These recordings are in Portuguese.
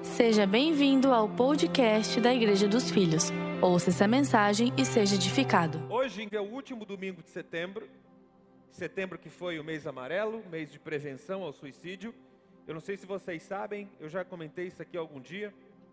Seja bem-vindo ao podcast da Igreja dos Filhos. Ouça essa mensagem e seja edificado. Hoje é o último domingo de setembro. Setembro que foi o mês amarelo, mês de prevenção ao suicídio. Eu não sei se vocês sabem, eu já comentei isso aqui algum dia.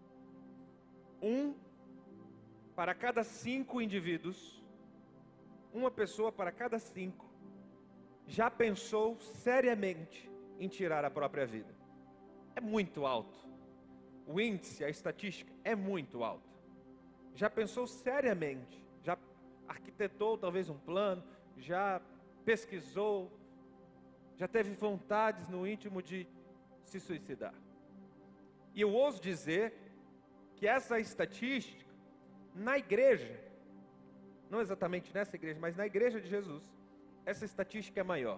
Para cada 5 indivíduos, uma pessoa para cada 5 já pensou seriamente em tirar a própria vida. É muito alto. O índice, a estatística é muito alta. Já pensou seriamente, já arquitetou talvez um plano, já pesquisou, já teve vontades no íntimo de se suicidar. E eu ouso dizer que essa estatística, na igreja, não exatamente nessa igreja, mas na igreja de Jesus, essa estatística é maior.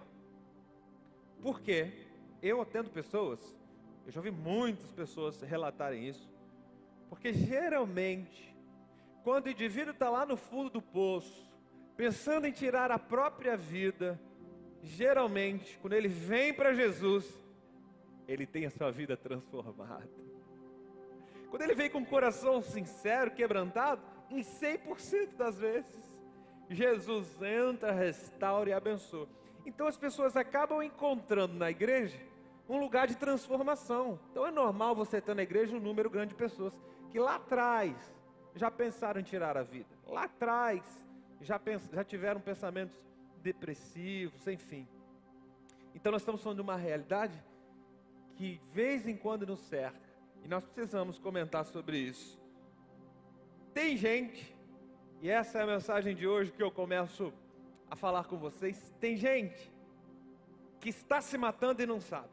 Por quê? Eu atendo pessoas, eu já ouvi muitas pessoas relatarem isso, porque geralmente, quando o indivíduo está lá no fundo do poço, pensando em tirar a própria vida, geralmente, quando ele vem para Jesus, ele tem a sua vida transformada. Quando ele vem com o coração sincero, quebrantado, em 100% das vezes, Jesus entra, restaura e abençoa. Então as pessoas acabam encontrando na igreja um lugar de transformação. Então é normal você ter na igreja um número grande de pessoas que lá atrás já pensaram em tirar a vida. Lá atrás já tiveram pensamentos depressivos, enfim. Então nós estamos falando de uma realidade que de vez em quando nos cerca. E nós precisamos comentar sobre isso. Tem gente, e essa é a mensagem de hoje que eu começo a falar com vocês. Tem gente que está se matando e não sabe.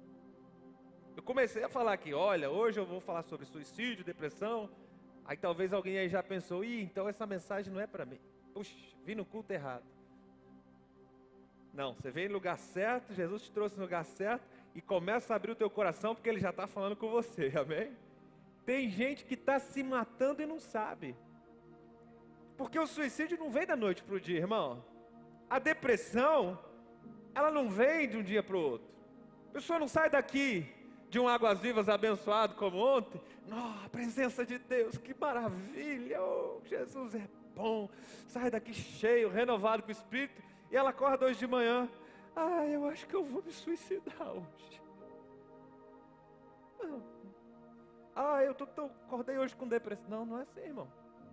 Eu comecei a falar aqui, olha, hoje eu vou falar sobre suicídio, depressão. Aí talvez alguém aí já pensou, então essa mensagem não é para mim. Puxa, vim no culto errado. Não, você veio no lugar certo, Jesus te trouxe no lugar certo e começa a abrir o teu coração porque Ele já está falando com você, amém? Tem gente que está se matando e não sabe. Porque o suicídio não vem da noite para o dia, irmão. A depressão, ela não vem de um dia para o outro. A pessoa não sai daqui de um Águas Vivas abençoado como ontem. A presença de Deus, que maravilha, Jesus é bom. Sai daqui cheio, renovado com o Espírito. E ela acorda hoje de manhã. Eu acho que eu vou me suicidar hoje. Acordei hoje com depressão. Não é assim, irmão.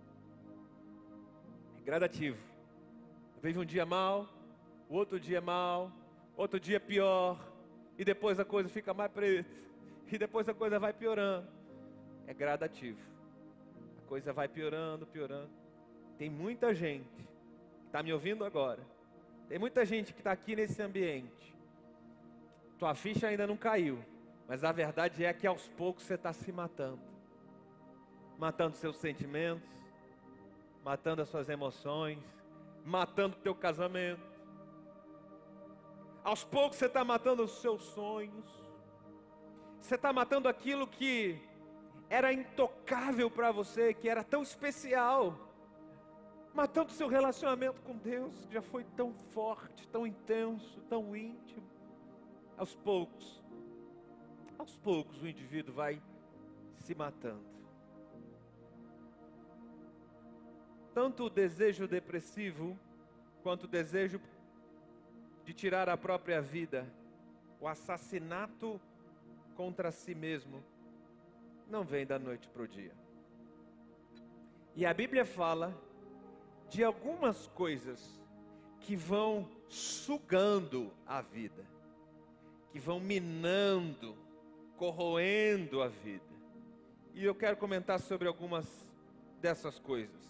É gradativo. Vive um dia mal, o outro dia mal, outro dia pior. E depois a coisa fica mais preta. E depois a coisa vai piorando. É gradativo. A coisa vai piorando, piorando. Tem muita gente que está me ouvindo agora. Tem muita gente que está aqui nesse ambiente. Tua ficha ainda não caiu. Mas a verdade é que aos poucos você está se matando. Matando seus sentimentos. Matando as suas emoções. Matando o teu casamento. Aos poucos você está matando os seus sonhos. Você está matando aquilo que era intocável para você, que era tão especial. Matando o seu relacionamento com Deus, que já foi tão forte, tão intenso, tão íntimo. Aos poucos o indivíduo vai se matando. Tanto o desejo depressivo, quanto o desejo de tirar a própria vida, o assassinato contra si mesmo, não vem da noite para o dia. E a Bíblia fala de algumas coisas que vão sugando a vida, que vão minando, corroendo a vida. E eu quero comentar sobre algumas dessas coisas.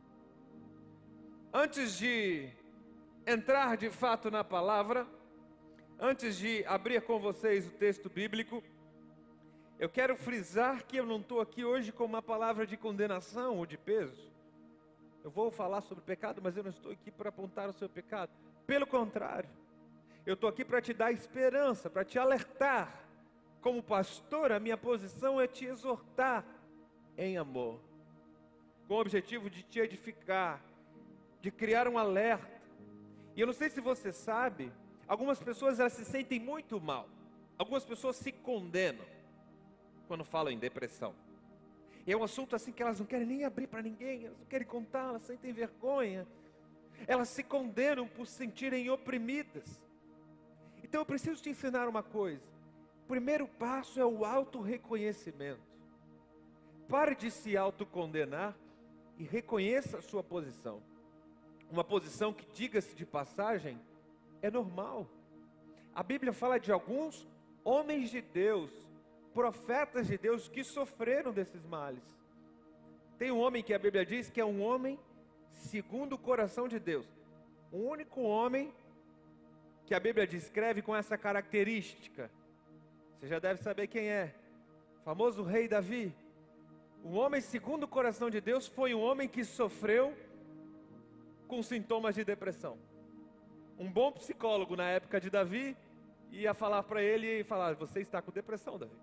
Antes de entrar de fato na palavra, antes de abrir com vocês o texto bíblico, eu quero frisar que eu não estou aqui hoje com uma palavra de condenação ou de peso. Eu vou falar sobre pecado, mas eu não estou aqui para apontar o seu pecado. Pelo contrário, eu estou aqui para te dar esperança, para te alertar. Como pastor, a minha posição é te exortar em amor, com o objetivo de te edificar, de criar um alerta. E eu não sei se você sabe, algumas pessoas elas se sentem muito mal. Algumas pessoas se condenam. quando falam em depressão. E é um assunto assim que elas não querem nem abrir para ninguém, elas não querem contar, elas sentem vergonha. Elas se condenam por se sentirem oprimidas. Então eu preciso te ensinar uma coisa. O primeiro passo é o autorreconhecimento. Pare de se autocondenar e reconheça a sua posição. Uma posição que, diga-se de passagem, é normal. A Bíblia fala de alguns homens de Deus, profetas de Deus, que sofreram desses males. Tem um homem que a Bíblia diz que é um homem segundo o coração de Deus. O único homem que a Bíblia descreve com essa característica. Você já deve saber quem é. O famoso rei Davi. Um homem segundo o coração de Deus foi um homem que sofreu com sintomas de depressão. Um bom psicólogo na época de Davi ia falar para ele e falar: você está com depressão, Davi.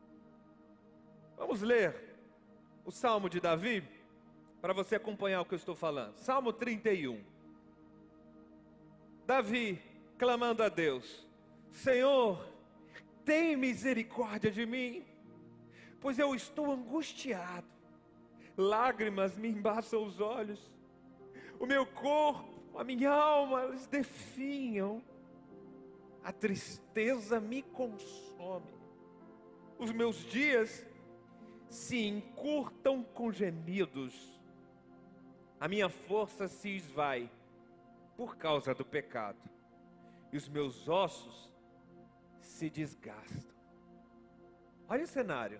Vamos ler o Salmo de Davi para você acompanhar o que eu estou falando. Salmo 31. Davi clamando a Deus: Senhor, tem misericórdia de mim, pois eu estou angustiado. Lágrimas me embaçam os olhos. O meu corpo, a minha alma, eles definham. A tristeza me consome. Os meus dias se encurtam com gemidos. A minha força se esvai por causa do pecado. E os meus ossos se desgastam. Olha o cenário.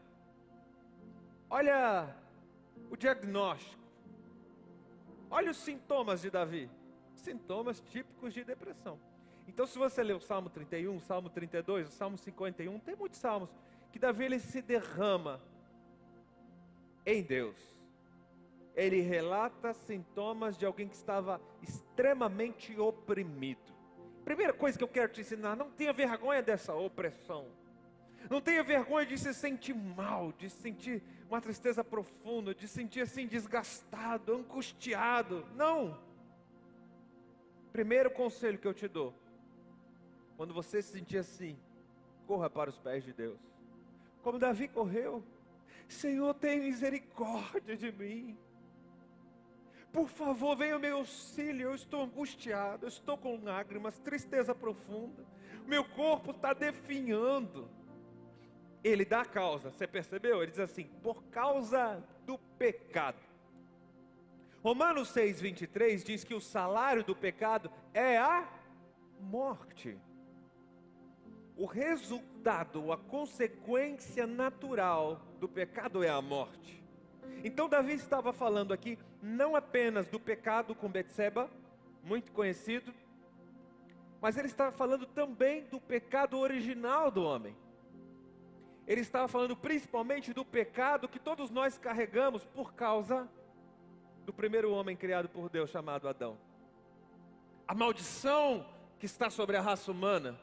Olha o diagnóstico. Olha os sintomas de Davi. Sintomas típicos de depressão. Então, se você ler o Salmo 31, o Salmo 32, o Salmo 51, tem muitos salmos que Davi ele se derrama em Deus. Ele relata sintomas de alguém que estava extremamente oprimido. Primeira coisa que eu quero te ensinar: não tenha vergonha dessa opressão. Não tenha vergonha de se sentir mal, de sentir uma tristeza profunda, de sentir assim desgastado, angustiado. Não. Primeiro conselho que eu te dou: quando você se sentir assim, corra para os pés de Deus. Como Davi correu: Senhor, tem misericórdia de mim. Por favor, venha ao meu auxílio. Eu estou angustiado, eu estou com lágrimas, tristeza profunda. Meu corpo está definhando. Ele dá a causa, você percebeu? Ele diz assim: por causa do pecado. Romanos 6:23 diz que o salário do pecado é a morte. O resultado, a consequência natural do pecado é a morte. Então Davi estava falando aqui não apenas do pecado com Betseba, muito conhecido, mas ele estava falando também do pecado original do homem. Ele estava falando principalmente do pecado que todos nós carregamos por causa do primeiro homem criado por Deus, chamado Adão. A maldição que está sobre a raça humana.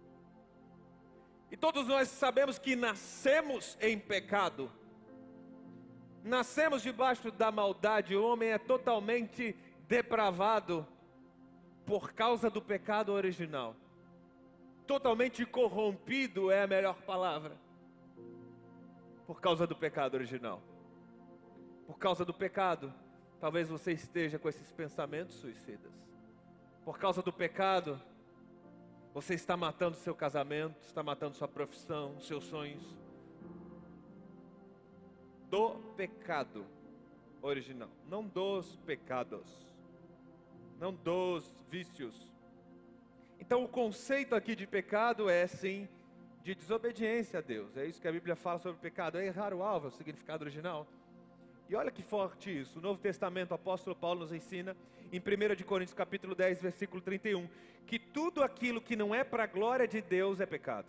E todos nós sabemos que nascemos em pecado. Nascemos debaixo da maldade. O homem é totalmente depravado por causa do pecado original. Totalmente corrompido é a melhor palavra. Por causa do pecado original. Por causa do pecado, talvez você esteja com esses pensamentos suicidas. Por causa do pecado, você está matando seu casamento, está matando sua profissão, seus sonhos. Do pecado original, não dos pecados, não dos vícios. Então o conceito aqui de pecado é sim de desobediência a Deus. É isso que a Bíblia fala sobre o pecado, é errar o alvo, é o significado original. E olha que forte isso. O Novo Testamento, o apóstolo Paulo nos ensina em 1 Coríntios capítulo 10, versículo 31, que tudo aquilo que não é para a glória de Deus é pecado.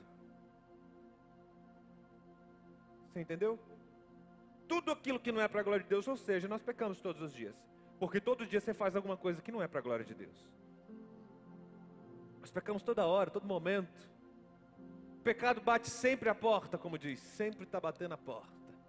Você entendeu? Tudo aquilo que não é para a glória de Deus, ou seja, nós pecamos todos os dias. Porque todo dia você faz alguma coisa que não é para a glória de Deus. Nós pecamos toda hora, todo momento. O pecado bate sempre à porta, como diz, sempre está batendo a porta.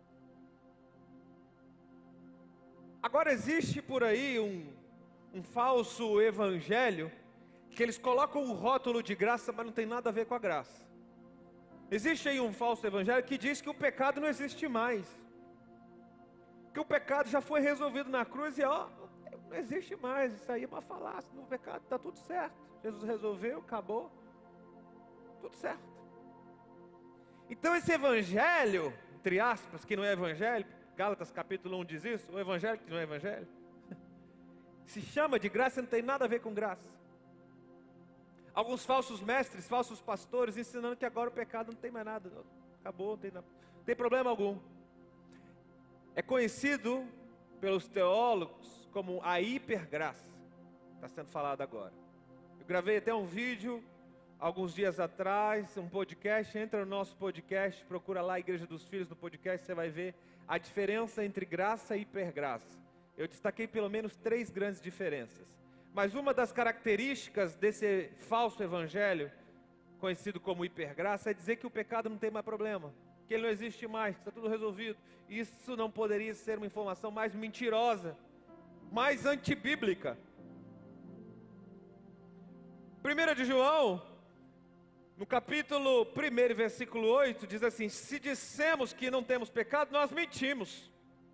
Agora existe por aí um falso evangelho, que eles colocam o rótulo de graça, mas não tem nada a ver com a graça. Existe aí um falso evangelho que diz que o pecado não existe mais. Que o pecado já foi resolvido na cruz e não existe mais. Isso aí é uma falácia. No pecado está tudo certo. Jesus resolveu, acabou. Tudo certo. Então esse evangelho, entre aspas, que não é evangelho, Gálatas capítulo 1 diz isso, o evangelho que não é evangelho, se chama de graça e não tem nada a ver com graça. Alguns falsos mestres, falsos pastores ensinando que agora o pecado não tem mais nada, acabou, não tem problema algum. É conhecido pelos teólogos como a hipergraça, está sendo falado agora. Eu gravei até um vídeo alguns dias atrás, um podcast. Entra no nosso podcast, procura lá a Igreja dos Filhos no podcast, você vai ver a diferença entre graça e hipergraça. Eu destaquei pelo menos 3 grandes diferenças. Mas uma das características desse falso evangelho, conhecido como hipergraça, é dizer que o pecado não tem mais problema, que ele não existe mais, que está tudo resolvido. Isso não poderia ser uma informação mais mentirosa, mais antibíblica. 1 de João, no capítulo 1, versículo 8, diz assim: se dissemos que não temos pecado, nós mentimos.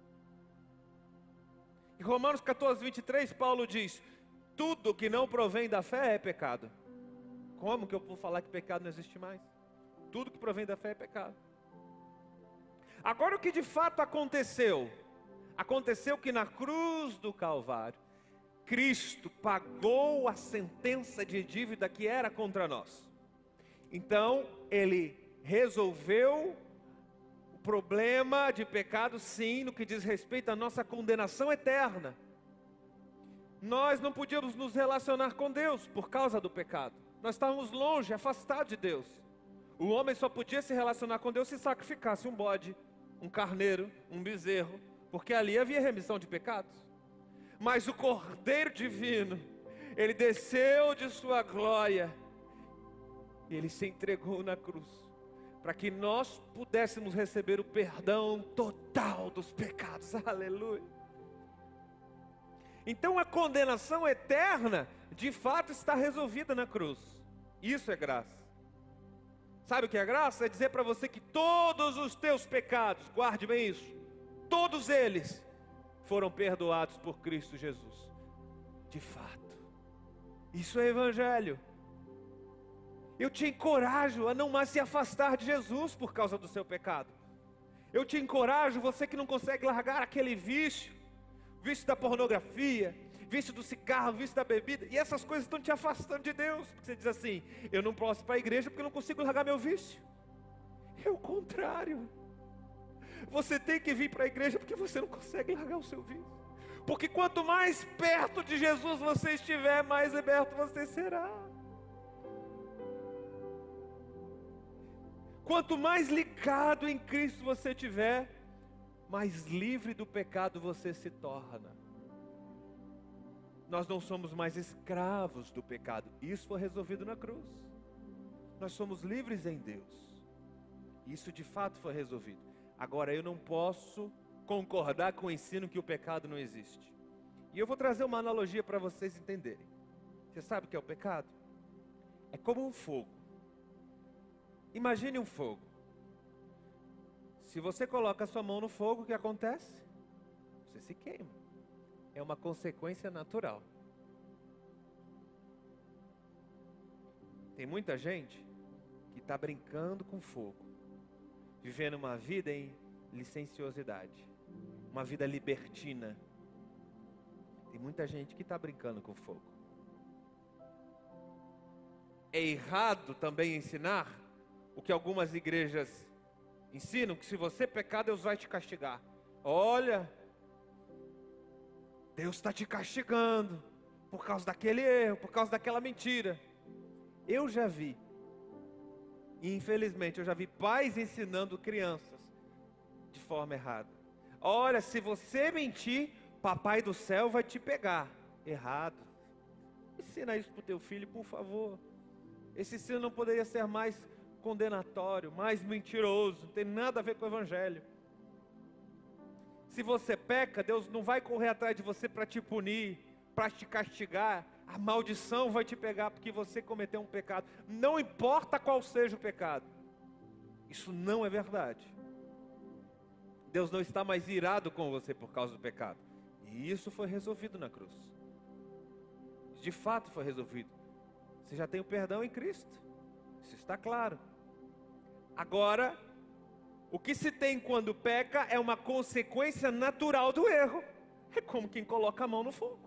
Em Romanos 14, 23, Paulo diz: tudo que não provém da fé é pecado. Como que eu vou falar que pecado não existe mais? Tudo que provém da fé é pecado. Agora o que de fato aconteceu? Aconteceu que na cruz do Calvário, Cristo pagou a sentença de dívida que era contra nós. Então, Ele resolveu o problema de pecado, sim, no que diz respeito à nossa condenação eterna. Nós não podíamos nos relacionar com Deus por causa do pecado. Nós estávamos longe, afastados de Deus. O homem só podia se relacionar com Deus se sacrificasse um bode, um carneiro, um bezerro, porque ali havia remissão de pecados. Mas o Cordeiro Divino, Ele desceu de sua glória e Ele se entregou na cruz, para que nós pudéssemos receber o perdão total dos pecados. Aleluia. Então a condenação eterna, de fato, está resolvida na cruz. Isso é graça. Sabe o que é graça? É dizer para você que todos os teus pecados, guarde bem isso, todos eles foram perdoados por Cristo Jesus. De fato. Isso é evangelho. Eu te encorajo a não mais se afastar de Jesus por causa do seu pecado. Eu te encorajo, você que não consegue largar aquele vício da pornografia, vício do cigarro, vício da bebida, e essas coisas estão te afastando de Deus, porque você diz assim: eu não posso ir para a igreja porque eu não consigo largar meu vício. É o contrário. Você tem que vir para a igreja porque você não consegue largar o seu vício. Porque quanto mais perto de Jesus você estiver, mais liberto você será. Quanto mais ligado em Cristo você estiver, mais livre do pecado você se torna. Nós não somos mais escravos do pecado. Isso foi resolvido na cruz. Nós somos livres em Deus. Isso de fato foi resolvido. Agora eu não posso concordar com o ensino que o pecado não existe. E eu vou trazer uma analogia para vocês entenderem. Você sabe o que é o pecado? É como um fogo. Imagine um fogo. Se você coloca a sua mão no fogo, o que acontece? Você se queima. É uma consequência natural. Tem muita gente que está brincando com fogo, vivendo uma vida em licenciosidade, uma vida libertina. Tem muita gente que está brincando com fogo. É errado também ensinar o que algumas igrejas ensinam, que se você pecar, Deus vai te castigar. Olha, Deus está te castigando por causa daquele erro, por causa daquela mentira. Eu já vi, e infelizmente eu já vi pais ensinando crianças de forma errada. Olha, se você mentir, papai do céu vai te pegar. Errado. Ensina isso para o teu filho, por favor. Esse ensino não poderia ser mais condenatório, mais mentiroso, não tem nada a ver com o evangelho. Se você peca, Deus não vai correr atrás de você para te punir, para te castigar. A maldição vai te pegar porque você cometeu um pecado. Não importa qual seja o pecado. Isso não é verdade. Deus não está mais irado com você por causa do pecado. E isso foi resolvido na cruz. De fato foi resolvido. Você já tem o perdão em Cristo. Isso está claro. Agora, o que se tem quando peca é uma consequência natural do erro. É como quem coloca a mão no fogo.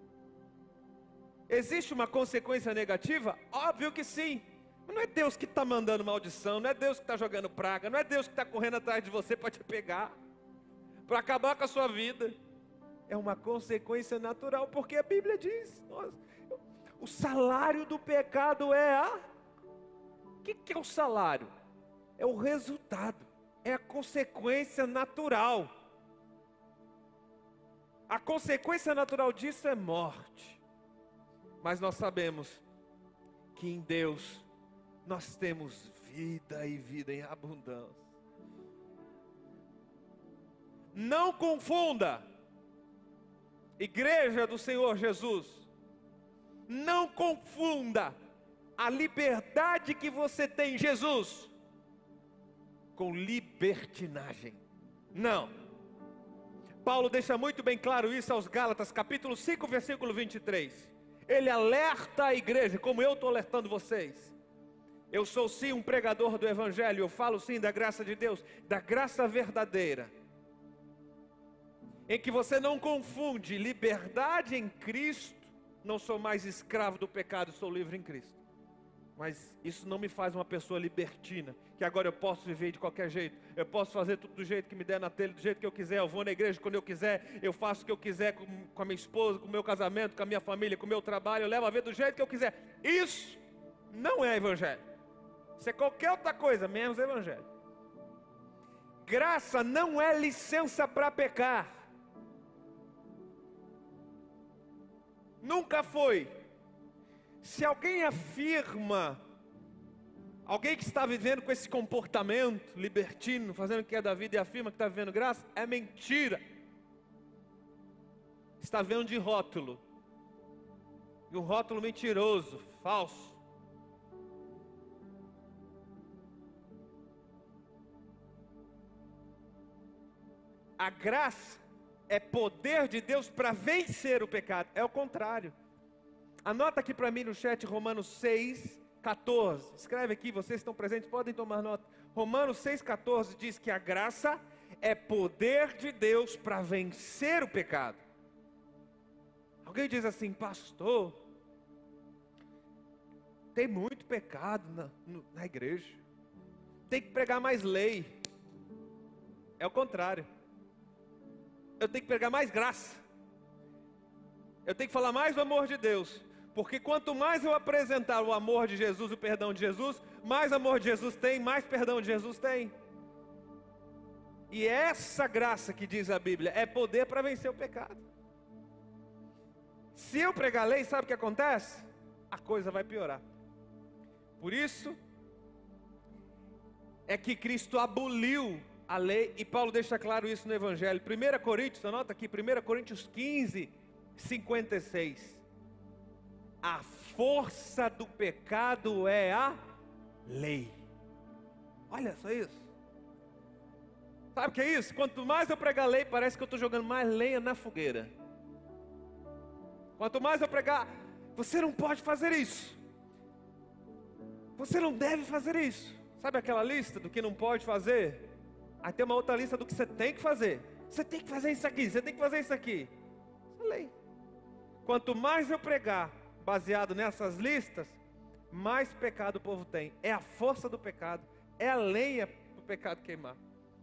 Existe uma consequência negativa? Óbvio que sim. Mas não é Deus que está mandando maldição, não é Deus que está jogando praga, não é Deus que está correndo atrás de você para te pegar, para acabar com a sua vida. É uma consequência natural, porque a Bíblia diz, o salário do pecado é a... O que é o salário? É o resultado, é a consequência natural. A consequência natural disso é morte. Mas nós sabemos que em Deus nós temos vida e vida em abundância. Não confunda, Igreja do Senhor Jesus, não confunda a liberdade que você tem em Jesus com libertinagem. Não. Paulo deixa muito bem claro isso aos Gálatas, capítulo 5, versículo 23. Ele alerta a igreja, como eu estou alertando vocês. Eu sou sim um pregador do Evangelho, eu falo sim da graça de Deus, da graça verdadeira, em que você não confunde liberdade em Cristo. Não sou mais escravo do pecado, sou livre em Cristo. Mas isso não me faz uma pessoa libertina, que agora eu posso viver de qualquer jeito, eu posso fazer tudo do jeito que me der na telha, do jeito que eu quiser, eu vou na igreja quando eu quiser, eu faço o que eu quiser com a minha esposa, com o meu casamento, com a minha família, com o meu trabalho, eu levo a vida do jeito que eu quiser. Isso não é Evangelho. Isso é qualquer outra coisa, menos Evangelho. Graça não é licença para pecar. Nunca foi. Se alguém afirma, alguém que está vivendo com esse comportamento libertino, fazendo o que é da vida e afirma que está vivendo graça, é mentira. Está vendo de rótulo. E um rótulo mentiroso, falso. A graça é poder de Deus para vencer o pecado. É o contrário. Anota aqui para mim no chat Romanos 6:14. Escreve aqui, vocês estão presentes, podem tomar nota. Romanos 6:14 diz que a graça é poder de Deus para vencer o pecado. Alguém diz assim, pastor, tem muito pecado na igreja, tem que pregar mais lei. É o contrário. Eu tenho que pregar mais graça. Eu tenho que falar mais do amor de Deus. Porque quanto mais eu apresentar o amor de Jesus, o perdão de Jesus, mais amor de Jesus tem, mais perdão de Jesus tem. E essa graça que diz a Bíblia é poder para vencer o pecado. Se eu pregar a lei, sabe o que acontece? A coisa vai piorar. Por isso é que Cristo aboliu a lei, e Paulo deixa claro isso no Evangelho. 1 Coríntios, anota aqui, 1 Coríntios 15:56. A força do pecado é a lei. Olha só isso. Sabe o que é isso? Quanto mais eu pregar a lei, parece que eu estou jogando mais lenha na fogueira. Quanto mais eu pregar, você não pode fazer isso, você não deve fazer isso. Sabe aquela lista do que não pode fazer? Aí tem uma outra lista do que você tem que fazer. Você tem que fazer isso aqui, você tem que fazer isso aqui. Isso é lei. Quanto mais eu pregar baseado nessas listas, mais pecado o povo tem. É a força do pecado, é a lenha do pecado queimar.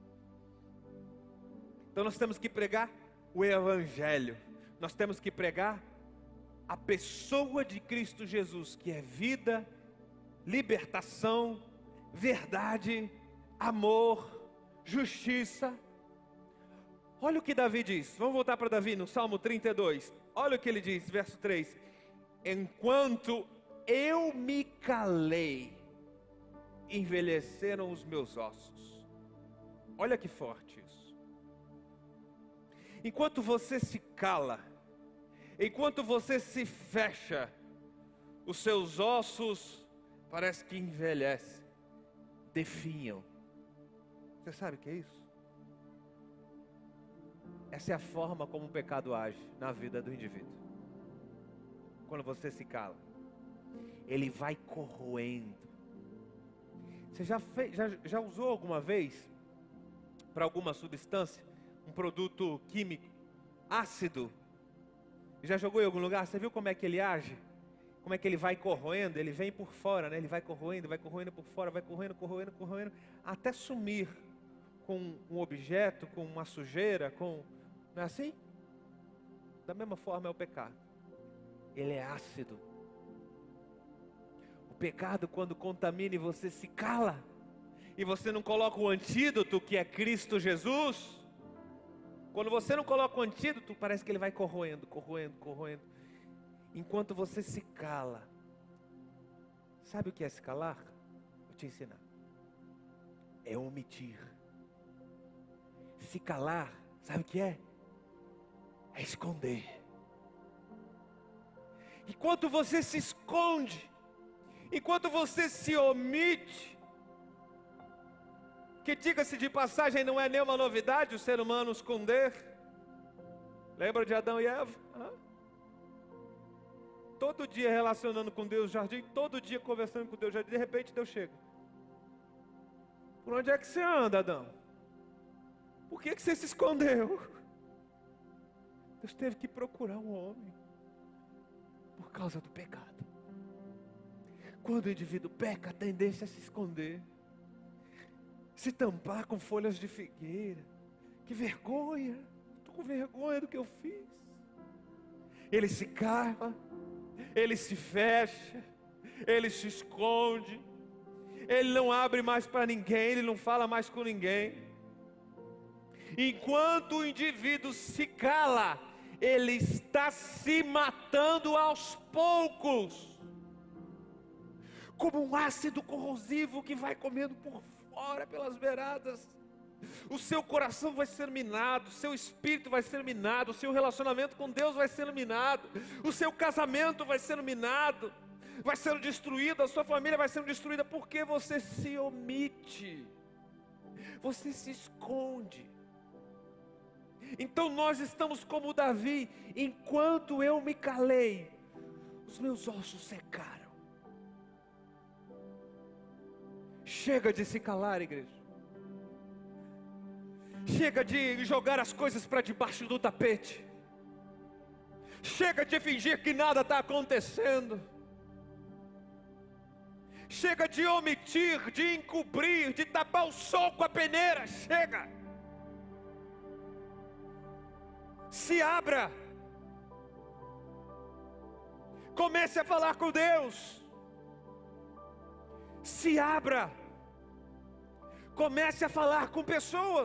Então nós temos que pregar o Evangelho. Nós temos que pregar a pessoa de Cristo Jesus, que é vida, libertação, verdade, amor, justiça. Olha o que Davi diz. Vamos voltar para Davi no Salmo 32. Olha o que ele diz, verso 3. Enquanto eu me calei, envelheceram os meus ossos. Olha que forte isso. Enquanto você se cala, enquanto você se fecha, os seus ossos parece que envelhecem, definham. Você sabe o que é isso? Essa é a forma como o pecado age na vida do indivíduo. Quando você se cala, ele vai corroendo. Você já usou alguma vez, para alguma substância, um produto químico ácido? Já jogou em algum lugar? Você viu como é que ele age? Como é que ele vai corroendo? Ele vem por fora, né? Ele vai corroendo por fora, vai corroendo, até sumir com um objeto, com uma sujeira, não é assim? Da mesma forma é o pecado. Ele é ácido. O pecado, quando contamina e você se cala, e você não coloca o antídoto que é Cristo Jesus, quando você não coloca o antídoto, parece que ele vai corroendo. Enquanto você se cala. Sabe o que é se calar? Vou te ensinar. É omitir. Se calar, sabe o que é? É esconder. Enquanto você se esconde, enquanto você se omite, que diga-se de passagem, não é nenhuma novidade o ser humano esconder. Lembra de Adão e Eva? Todo dia relacionando com Deus no jardim, todo dia conversando com Deus no jardim, de repente Deus chega. Por onde é que você anda, Adão? Por que você se escondeu? Deus teve que procurar um homem por causa do pecado. Quando o indivíduo peca, a tendência é se esconder, se tampar com folhas de figueira. Que vergonha, estou com vergonha do que eu fiz. Ele se cala, ele se fecha, ele se esconde, ele não abre mais para ninguém, ele não fala mais com ninguém. Enquanto o indivíduo se cala, ele está se matando aos poucos, como um ácido corrosivo que vai comendo por fora, pelas beiradas. O seu coração vai ser minado, o seu espírito vai ser minado, o seu relacionamento com Deus vai ser minado, o seu casamento vai ser minado, vai ser destruído, a sua família vai ser destruída, porque você se omite, você se esconde. Então nós estamos como Davi: enquanto eu me calei, os meus ossos secaram. Chega de se calar, igreja. Chega de jogar as coisas para debaixo do tapete. Chega de fingir que nada está acontecendo. Chega de omitir, de encobrir, de tapar o sol com a peneira. Chega. Se abra. Comece a falar com Deus. Se abra. Comece a falar com pessoas.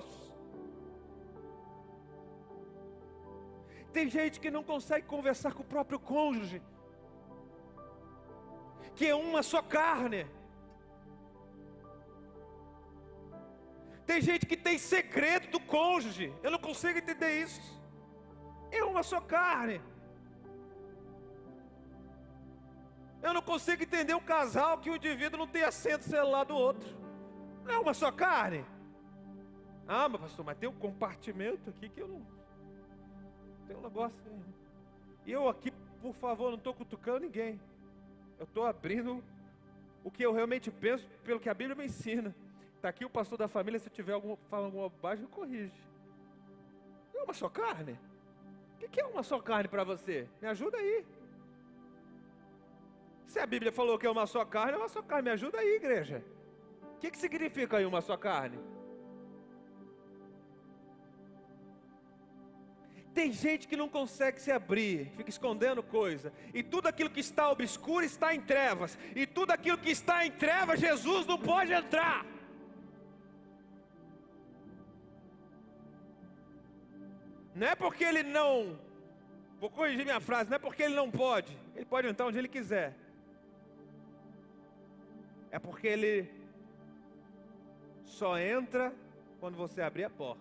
Tem gente que não consegue conversar com o próprio cônjuge, que é uma só carne. Tem gente que tem segredo do cônjuge. Eu não consigo entender isso. É uma só carne. Eu não consigo entender um casal que o indivíduo não tem assento celular do outro. Não é uma só carne. Ah, mas pastor, mas tem um compartimento aqui que eu não... Tem um negócio. E eu aqui, por favor, não estou cutucando ninguém. Eu estou abrindo o que eu realmente penso, pelo que a Bíblia me ensina. Está aqui o pastor da família, se eu tiver falando alguma bobagem, me corrige. É uma só carne? O que é uma só carne para você? Me ajuda aí. Se a Bíblia falou que é uma só carne, é uma só carne. Me ajuda aí, igreja. O que significa aí uma só carne? Tem gente que não consegue se abrir, fica escondendo coisa. E tudo aquilo que está obscuro está em trevas. E tudo aquilo que está em trevas, Jesus não pode entrar. Não é porque ele não... Vou corrigir minha frase. Não é porque ele não pode. Ele pode entrar onde ele quiser. É porque ele só entra quando você abrir a porta.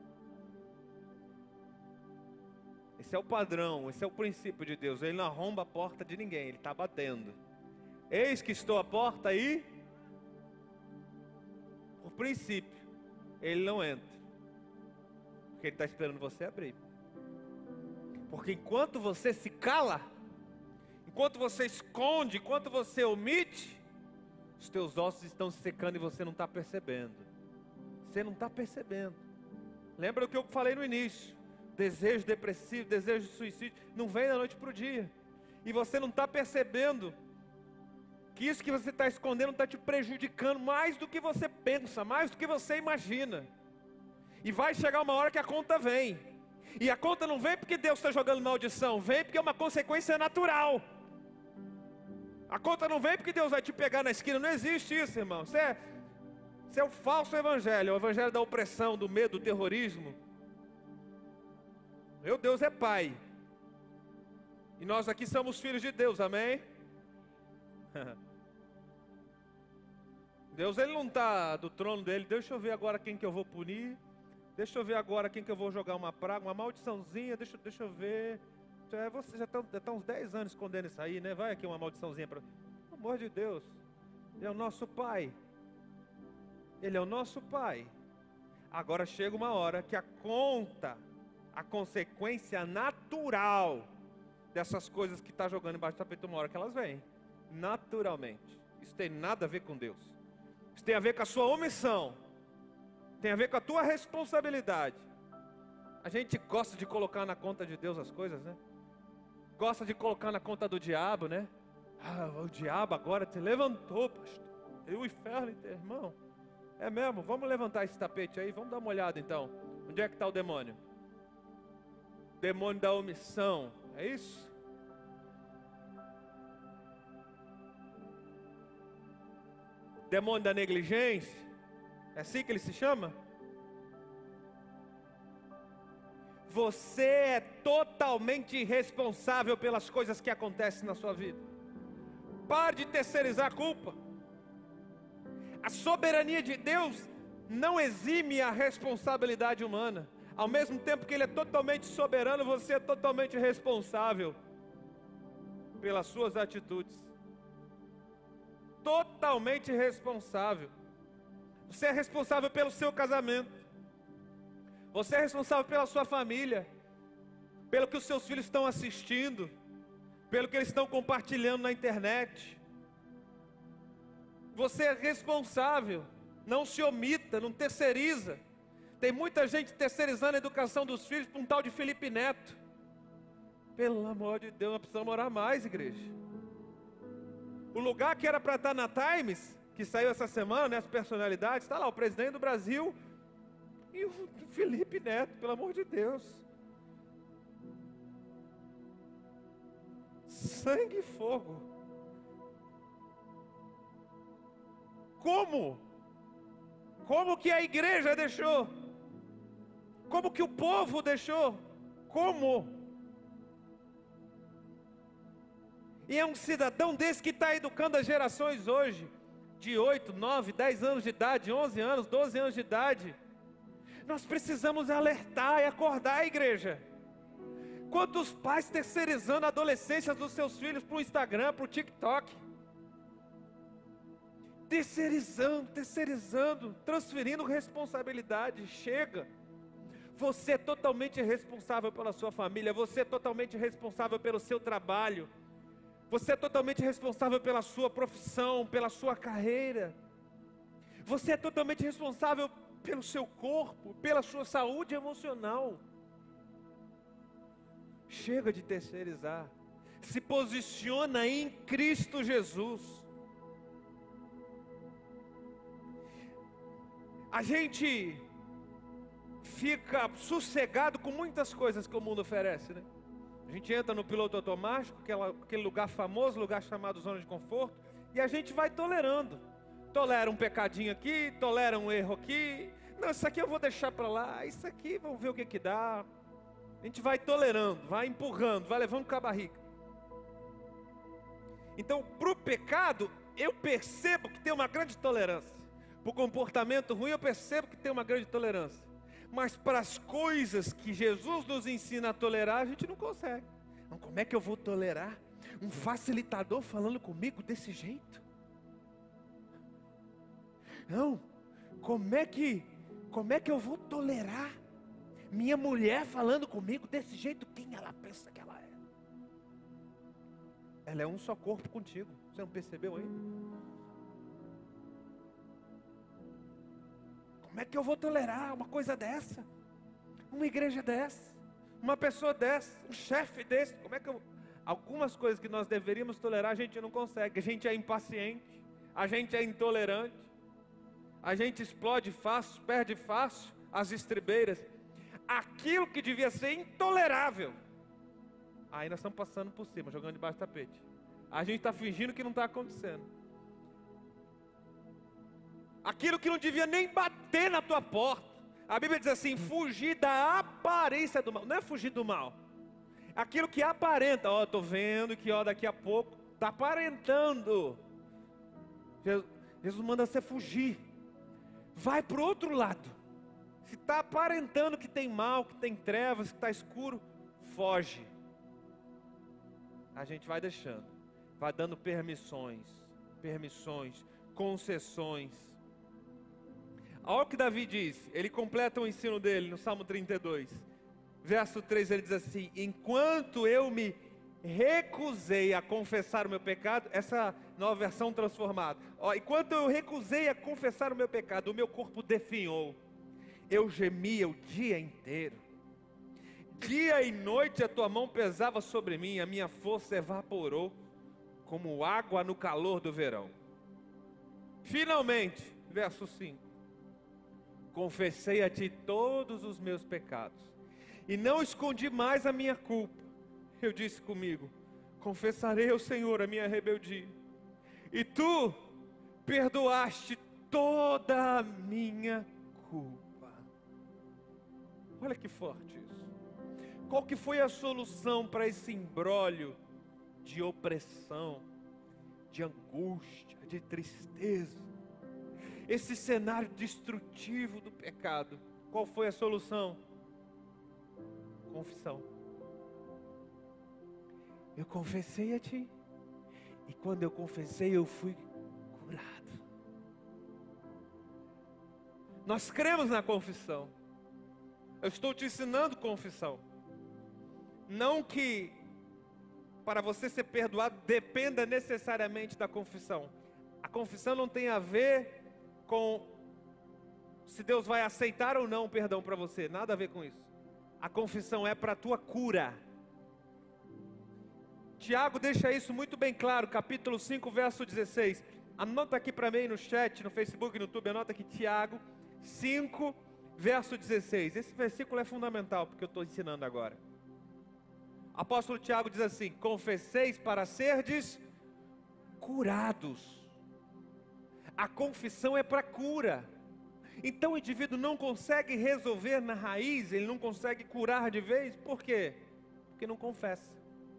Esse é o padrão, esse é o princípio de Deus. Ele não arromba a porta de ninguém, ele está batendo. Eis que estou à porta e... Por princípio, ele não entra. Porque ele está esperando você abrir. Porque enquanto você se cala, enquanto você esconde, enquanto você omite, os teus ossos estão se secando e você não está percebendo. Você não está percebendo. Lembra do que eu falei no início? Desejo depressivo, desejo de suicídio, não vem da noite para o dia. E você não está percebendo que isso que você está escondendo está te prejudicando mais do que você pensa, mais do que você imagina. E vai chegar uma hora que a conta vem. E a conta não vem porque Deus está jogando maldição, vem porque é uma consequência natural. A conta não vem porque Deus vai te pegar na esquina, não existe isso, irmão. Isso é o falso evangelho, o evangelho da opressão, do medo, do terrorismo. Meu Deus é Pai. E nós aqui somos filhos de Deus, amém? Deus, Ele não está do trono dele. Deixa eu ver agora quem que eu vou punir. Deixa eu ver agora quem que eu vou jogar uma praga, uma maldiçãozinha. Deixa eu ver. Você já está uns 10 anos escondendo isso aí, né? Vai aqui uma maldiçãozinha para... Pelo amor de Deus. Ele é o nosso Pai. Ele é o nosso Pai. Agora chega uma hora que a conta, a consequência natural dessas coisas que está jogando embaixo do tapete, uma hora que elas vêm. Naturalmente. Isso tem nada a ver com Deus. Isso tem a ver com a sua omissão. Tem a ver com a tua responsabilidade. A gente gosta de colocar na conta de Deus as coisas, né? Gosta de colocar na conta do diabo, né? Ah, o diabo agora te levantou, pastor. E o inferno, irmão. É mesmo, vamos levantar esse tapete aí, vamos dar uma olhada então. Onde é que está o demônio? Demônio da omissão, é isso? Demônio da negligência, é assim que ele se chama? Você é totalmente responsável pelas coisas que acontecem na sua vida. Pare de terceirizar a culpa. A soberania de Deus não exime a responsabilidade humana. Ao mesmo tempo que Ele é totalmente soberano, você é totalmente responsável pelas suas atitudes. Totalmente responsável. Você é responsável pelo seu casamento. Você é responsável pela sua família, pelo que os seus filhos estão assistindo, pelo que eles estão compartilhando na internet. Você é responsável. Não se omita, não terceiriza. Tem muita gente terceirizando a educação dos filhos para um tal de Felipe Neto. Pelo amor de Deus, nós precisamos orar mais, igreja. O lugar que era para estar na Times, que saiu essa semana, né, as personalidades, está lá o presidente do Brasil e o Felipe Neto, pelo amor de Deus. Sangue e fogo. Como? Como que a igreja deixou? Como que o povo deixou? Como? E é um cidadão desse que está educando as gerações hoje, de 8, 9, 10 anos de idade, 11 anos, 12 anos de idade. Nós precisamos alertar e acordar a igreja. Quantos pais terceirizando a adolescência dos seus filhos para o Instagram, para o TikTok? Terceirizando, transferindo responsabilidade. Chega. Você é totalmente responsável pela sua família. Você é totalmente responsável pelo seu trabalho. Você é totalmente responsável pela sua profissão, pela sua carreira. Você é totalmente responsável pelo seu corpo, pela sua saúde emocional. Chega de terceirizar. Se posiciona em Cristo Jesus. A gente fica sossegado com muitas coisas que o mundo oferece, né? A gente entra no piloto automático, aquele lugar famoso, lugar chamado zona de conforto, e a gente vai tolerando. Tolera um pecadinho aqui, tolera um erro aqui. Não, isso aqui eu vou deixar para lá, isso aqui vamos ver o que que dá. A gente vai tolerando, vai empurrando, vai levando com a barriga. Então, para o pecado, eu percebo que tem uma grande tolerância. Para o comportamento ruim, eu percebo que tem uma grande tolerância. Mas para as coisas que Jesus nos ensina a tolerar, a gente não consegue. Então, como é que eu vou tolerar um facilitador falando comigo desse jeito? Não, como é que Como é que eu vou tolerar minha mulher falando comigo desse jeito? Quem ela pensa que ela é? Ela é um só corpo contigo. Você não percebeu ainda? Como é que eu vou tolerar uma coisa dessa? Uma igreja dessa? Uma pessoa dessa? Um chefe desse? Como é que eu... Algumas coisas que nós deveríamos tolerar, a gente não consegue. A gente é impaciente. A gente é intolerante. A gente explode fácil, perde fácil as estribeiras. Aquilo que devia ser intolerável, aí nós estamos passando por cima, jogando debaixo do tapete. A gente está fingindo que não está acontecendo. Aquilo que não devia nem bater na tua porta. A Bíblia diz assim, fugir da aparência do mal. Não é fugir do mal. Aquilo que aparenta, ó, estou vendo que ó, daqui a pouco está aparentando. Jesus manda você fugir. Vai para o outro lado. Se está aparentando que tem mal, que tem trevas, que está escuro, foge. A gente vai deixando, vai dando permissões, concessões. Olha o que Davi diz, ele completa o ensino dele no Salmo 32. Verso 3 ele diz assim, enquanto eu me recusei a confessar o meu pecado, essa nova versão transformada. Ó, enquanto eu recusei a confessar o meu pecado, o meu corpo definhou. Eu gemia o dia inteiro. Dia e noite a tua mão pesava sobre mim, a minha força evaporou como água no calor do verão. Finalmente, verso 5. Confessei a ti todos os meus pecados e não escondi mais a minha culpa. Eu disse comigo, confessarei ao Senhor a minha rebeldia. E tu perdoaste toda a minha culpa. Olha que forte isso. Qual que foi a solução para esse imbróglio de opressão, de angústia, de tristeza? Esse cenário destrutivo do pecado. Qual foi a solução? Confissão. Eu confessei a ti. E quando eu confessei, eu fui curado. Nós cremos na confissão. Eu estou te ensinando confissão. Não que para você ser perdoado dependa necessariamente da confissão. A confissão não tem a ver com se Deus vai aceitar ou não o perdão para você. Nada a ver com isso. A confissão é para a tua cura. Tiago deixa isso muito bem claro, capítulo 5, verso 16. Anota aqui para mim no chat, no Facebook, no YouTube, anota aqui Tiago 5, verso 16. Esse versículo é fundamental, porque eu estou ensinando agora. Apóstolo Tiago diz assim, confesseis para serdes curados. A confissão é para cura. Então o indivíduo não consegue resolver na raiz, ele não consegue curar de vez, por quê? Porque não confessa.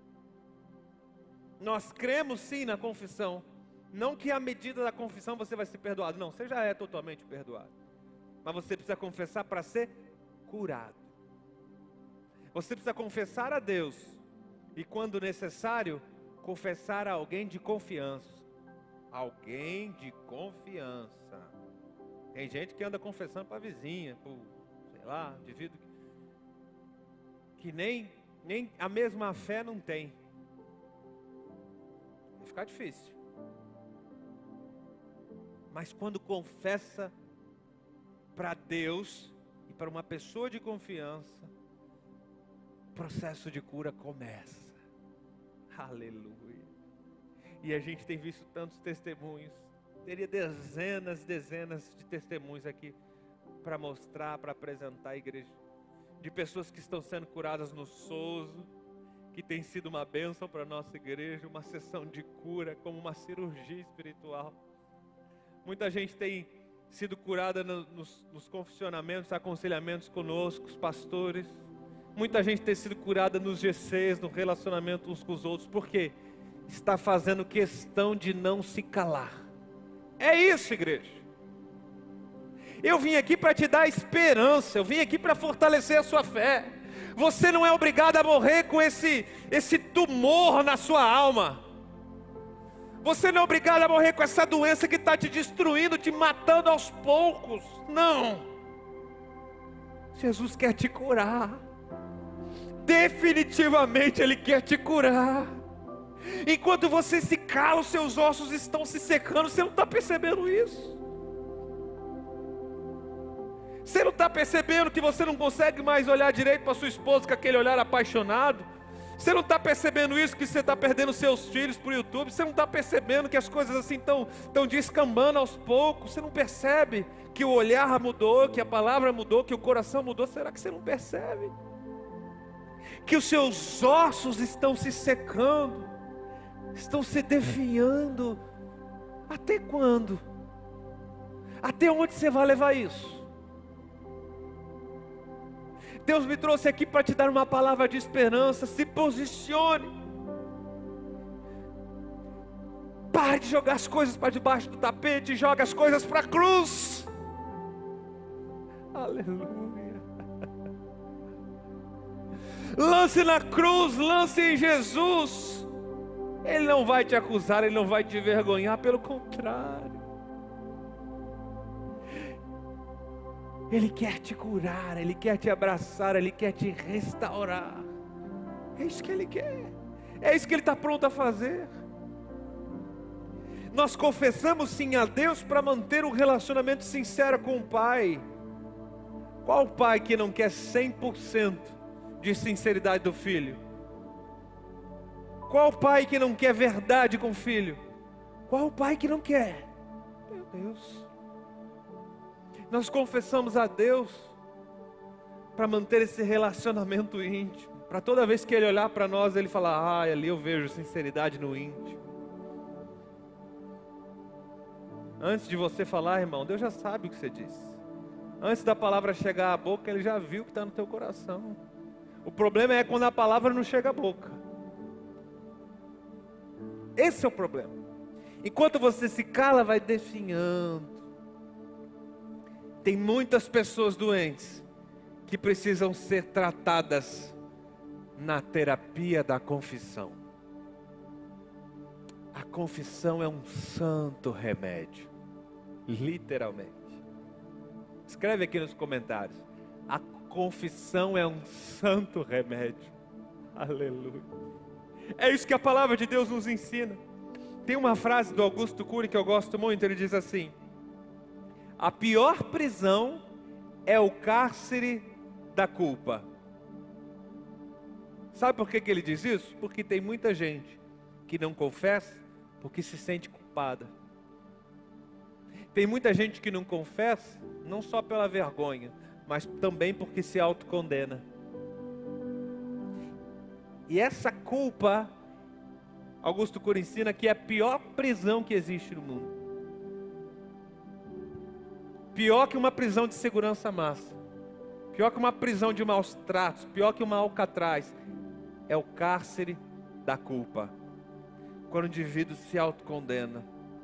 Nós cremos sim na confissão, não que à medida da confissão você vai ser perdoado, não, você já é totalmente perdoado. Mas você precisa confessar para ser curado. Você precisa confessar a Deus e quando necessário, confessar a alguém de confiança. Alguém de confiança. Tem gente que anda confessando para a vizinha, para sei lá, indivíduo que nem a mesma fé não tem. Vai ficar difícil. Mas quando confessa para Deus e para uma pessoa de confiança, o processo de cura começa. Aleluia. E a gente tem visto tantos testemunhos. Teria dezenas de testemunhos aqui para mostrar, para apresentar a igreja. De pessoas que estão sendo curadas no Souso, que tem sido uma bênção para a nossa igreja, uma sessão de cura, como uma cirurgia espiritual. Muita gente tem sido curada nos confessionamentos, aconselhamentos conosco, os pastores. Muita gente tem sido curada nos GCs, no relacionamento uns com os outros. Por quê? Está fazendo questão de não se calar. É isso, igreja. Eu vim aqui para te dar esperança, eu vim aqui para fortalecer a sua fé. Você não é obrigado a morrer com esse tumor na sua alma. Você não é obrigado a morrer com essa doença que está te destruindo, te matando aos poucos. Não. Jesus quer te curar. Definitivamente Ele quer te curar. Enquanto você se cala, os seus ossos estão se secando. Você não está percebendo isso? Você não está percebendo que você não consegue mais olhar direito para sua esposa com aquele olhar apaixonado? Você não está percebendo isso, que você está perdendo seus filhos para o YouTube? Você não está percebendo que as coisas assim estão descambando aos poucos? Você não percebe que o olhar mudou, que a palavra mudou, que o coração mudou? Será que você não percebe? Que os seus ossos estão se secando, estão se definhando. Até quando? Até onde você vai levar isso? Deus me trouxe aqui para te dar uma palavra de esperança. Se posicione. Pare de jogar as coisas para debaixo do tapete e joga as coisas para a cruz. Aleluia. Lance na cruz, lance em Jesus. Ele não vai te acusar, Ele não vai te envergonhar, pelo contrário. Ele quer te curar, Ele quer te abraçar, Ele quer te restaurar. É isso que Ele quer, é isso que Ele está pronto a fazer. Nós confessamos sim a Deus para manter um relacionamento sincero com o Pai. Qual pai que não quer 100% de sinceridade do filho? Qual pai que não quer verdade com o filho? Qual pai que não quer? Meu Deus. Nós confessamos a Deus para manter esse relacionamento íntimo, para toda vez que Ele olhar para nós, Ele falar: ali eu vejo sinceridade no íntimo. Antes de você falar, irmão, Deus já sabe o que você disse. Antes da palavra chegar à boca, Ele já viu o que está no teu coração. O problema é quando a palavra não chega à boca. Esse é o problema. Enquanto você se cala, vai definhando. Tem muitas pessoas doentes que precisam ser tratadas na terapia da confissão. A confissão é um santo remédio, literalmente. Escreve aqui nos comentários: a confissão é um santo remédio. Aleluia. É isso que a palavra de Deus nos ensina. Tem uma frase do Augusto Cury que eu gosto muito. Ele diz assim: a pior prisão é o cárcere da culpa. Sabe por que ele diz isso? Porque tem muita gente que não confessa porque se sente culpada. Tem muita gente que não confessa, não só pela vergonha, mas também porque se autocondena. E essa culpa, Augusto Cury ensina que é a pior prisão que existe no mundo. Pior que uma prisão de segurança máxima, pior que uma prisão de maus tratos, pior que uma alcatraz, é o cárcere da culpa, quando o indivíduo se autocondena.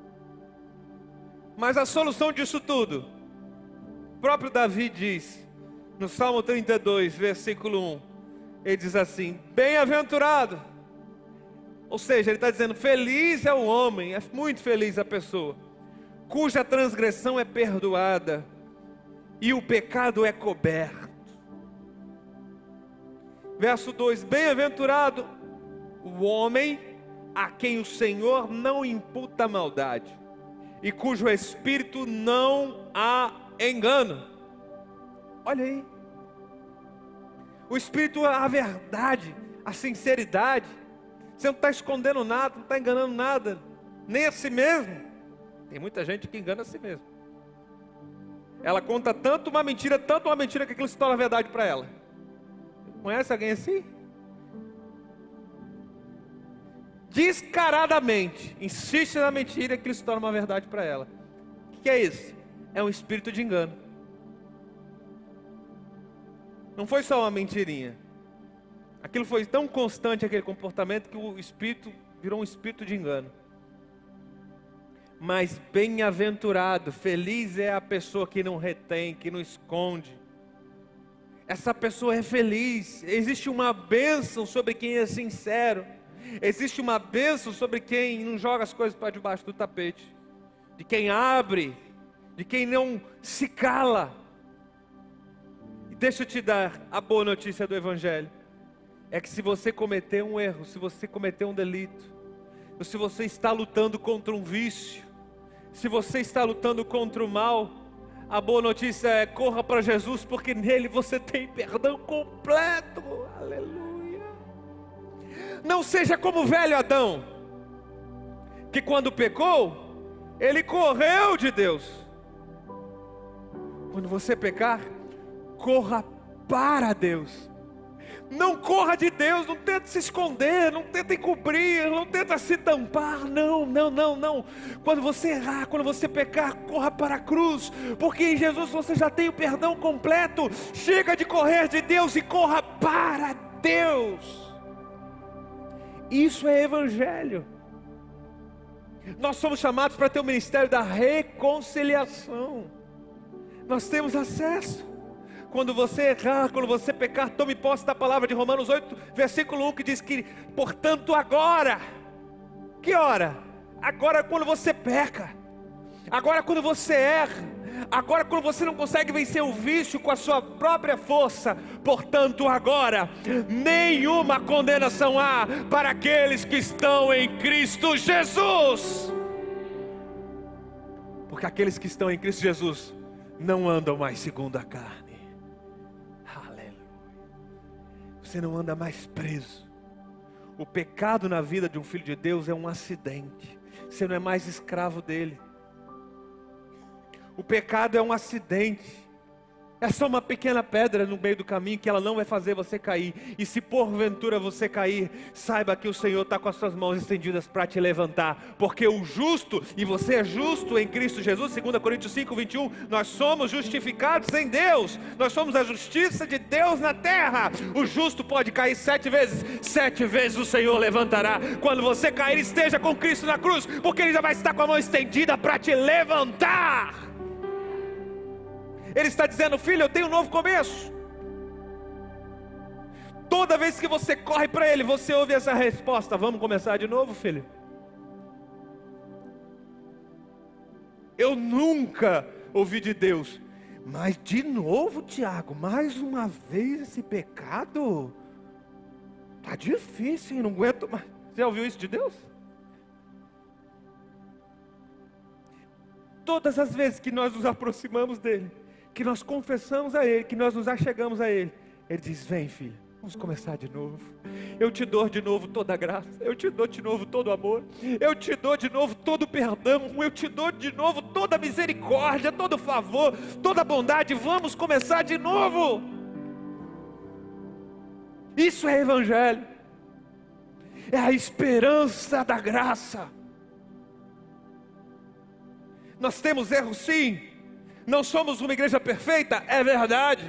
Mas a solução disso tudo, o próprio Davi diz, no Salmo 32, versículo 1, ele diz assim: bem-aventurado, ou seja, ele está dizendo, feliz é o homem, é muito feliz a pessoa, cuja transgressão é perdoada e o pecado é coberto. Verso 2: bem-aventurado o homem a quem o Senhor não imputa maldade e cujo espírito não há engano. Olha aí, o espírito é a verdade, a sinceridade. Você não está escondendo nada, não está enganando nada, nem a si mesmo. Tem muita gente que engana a si mesmo. Ela conta tanto uma mentira que aquilo se torna verdade para ela. Conhece alguém assim? Descaradamente insiste na mentira que aquilo se torna uma verdade para ela. O que é isso? É um espírito de engano. Não foi só uma mentirinha. Aquilo foi tão constante, aquele comportamento, que o espírito virou um espírito de engano. Mas bem-aventurado, feliz é a pessoa que não retém, que não esconde. Essa pessoa é feliz. Existe uma bênção sobre quem é sincero. Existe uma bênção sobre quem não joga as coisas para debaixo do tapete, de quem abre, de quem não se cala. E deixa eu te dar a boa notícia do Evangelho. É que se você cometer um erro, se você cometer um delito, ou se você está lutando contra um vício, se você está lutando contra o mal, a boa notícia é: corra para Jesus, porque nele você tem perdão completo. Aleluia. Não seja como o velho Adão, que quando pecou, ele correu de Deus. Quando você pecar, corra para Deus. Não corra de Deus, não tenta se esconder, não tenta encobrir, não tenta se tampar, não. Quando você errar, quando você pecar, corra para a cruz, porque em Jesus você já tem o perdão completo. Chega de correr de Deus e corra para Deus. Isso é Evangelho. Nós somos chamados para ter o ministério da reconciliação. Nós temos acesso. Quando você errar, quando você pecar, tome posse da palavra de Romanos 8, versículo 1, que diz que, portanto, agora, que hora? Agora quando você peca, agora quando você erra, agora quando você não consegue vencer o vício com a sua própria força, portanto agora, nenhuma condenação há para aqueles que estão em Cristo Jesus. Porque aqueles que estão em Cristo Jesus não andam mais segundo a carne. Você não anda mais preso. O pecado na vida de um filho de Deus é um acidente. Você não é mais escravo dele. O pecado é um acidente. É só uma pequena pedra no meio do caminho que ela não vai fazer você cair. E se porventura você cair, saiba que o Senhor está com as suas mãos estendidas para te levantar. Porque o justo, e você é justo em Cristo Jesus, 2 Coríntios 5, 21, nós somos justificados em Deus. Nós somos a justiça de Deus na terra. O justo pode cair 7 vezes, 7 vezes o Senhor levantará. Quando você cair, esteja com Cristo na cruz, porque Ele já vai estar com a mão estendida para te levantar. Ele está dizendo: filho, eu tenho um novo começo. Toda vez que você corre para Ele, você ouve essa resposta: vamos começar de novo, filho? Eu nunca ouvi de Deus: mas de novo, Tiago, mais uma vez esse pecado? Tá difícil, hein? Não aguento mais. Você já ouviu isso de Deus? Todas as vezes que nós nos aproximamos dEle, que nós confessamos a Ele, que nós nos achegamos a Ele, Ele diz: vem, filho, vamos começar de novo. Eu te dou de novo toda a graça, eu te dou de novo todo o amor, eu te dou de novo todo o perdão, eu te dou de novo toda a misericórdia, todo o favor, toda a bondade. Vamos começar de novo. Isso é Evangelho. É a esperança da graça. Nós temos erros, sim. Não somos uma igreja perfeita, é verdade.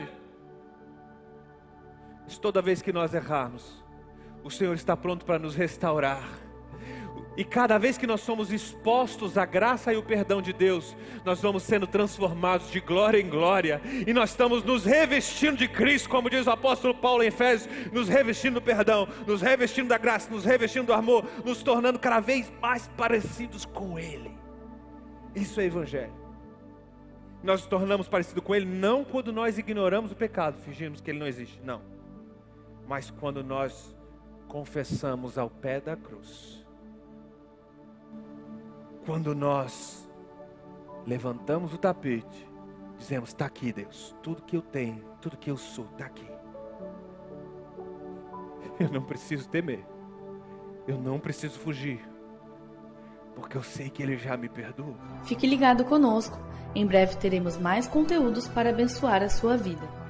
Mas toda vez que nós errarmos, o Senhor está pronto para nos restaurar. E cada vez que nós somos expostos à graça e o perdão de Deus, nós vamos sendo transformados de glória em glória. E nós estamos nos revestindo de Cristo, como diz o apóstolo Paulo em Efésios, nos revestindo do perdão, nos revestindo da graça, nos revestindo do amor, nos tornando cada vez mais parecidos com Ele. Isso é Evangelho. Nós nos tornamos parecidos com Ele não quando nós ignoramos o pecado, fingimos que Ele não existe, não. Mas quando nós confessamos ao pé da cruz. Quando nós levantamos o tapete, dizemos: está aqui, Deus, tudo que eu tenho, tudo que eu sou, está aqui. Eu não preciso temer, eu não preciso fugir, porque eu sei que Ele já me perdoou. Fique ligado conosco. Em breve teremos mais conteúdos para abençoar a sua vida.